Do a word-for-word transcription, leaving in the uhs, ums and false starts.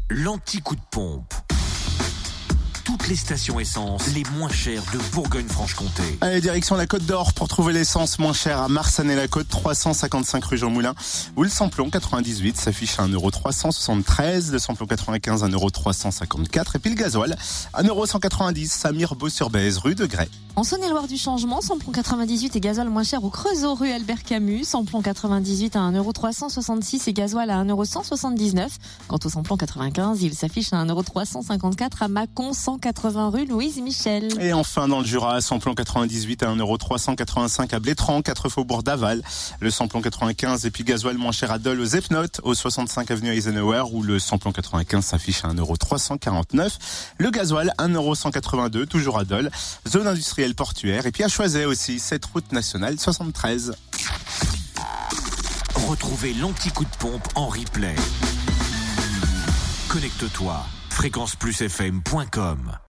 l'anti-coup de pompe. Toutes les stations essence les moins chères de Bourgogne-Franche-Comté. Allez, direction la Côte d'Or pour trouver l'essence moins chère à Marsanne-et-la-Côte, trois cent cinquante-cinq rue Jean Moulin, où le samplon quatre-vingt-dix-huit s'affiche à un euro trois cent soixante-treize, le samplon quatre-vingt-quinze un euro trois cent cinquante-quatre et puis le gasoil un euro cent quatre-vingt-dix à Mirebeau-sur-Bèze, rue de Grès. En Saône-et-Loire du changement, samplon quatre-vingt-dix-huit et gasoil moins cher au Creusot, rue Albert Camus, samplon quatre-vingt-dix-huit à un euro trois cent soixante-six et gasoil à un euro cent soixante-dix-neuf. Quant au samplon quatre-vingt-quinze, il s'affiche à un euro trois cent cinquante-quatre à Mâcon, cent quatre-vingts rue Louise Michel. Et enfin dans le Jura, samplon quatre-vingt-dix-huit à un euro trois cent quatre-vingt-cinq à Blétran, quatre faubourg d'Aval, le samplon quatre-vingt-quinze et puis gasoil moins cher à Dole aux Zepnotes, au soixante-cinq avenue Eisenhower, où le samplon quatre-vingt-quinze s'affiche à un euro trois cent quarante-neuf, le gasoil un euro cent quatre-vingt-deux, toujours à Dole, zone industrielle portuaire, et puis à Choiset aussi, cette route nationale soixante-treize. Retrouvez l'anti-coup de pompe en replay. Connecte-toi, fréquence plus f m point com.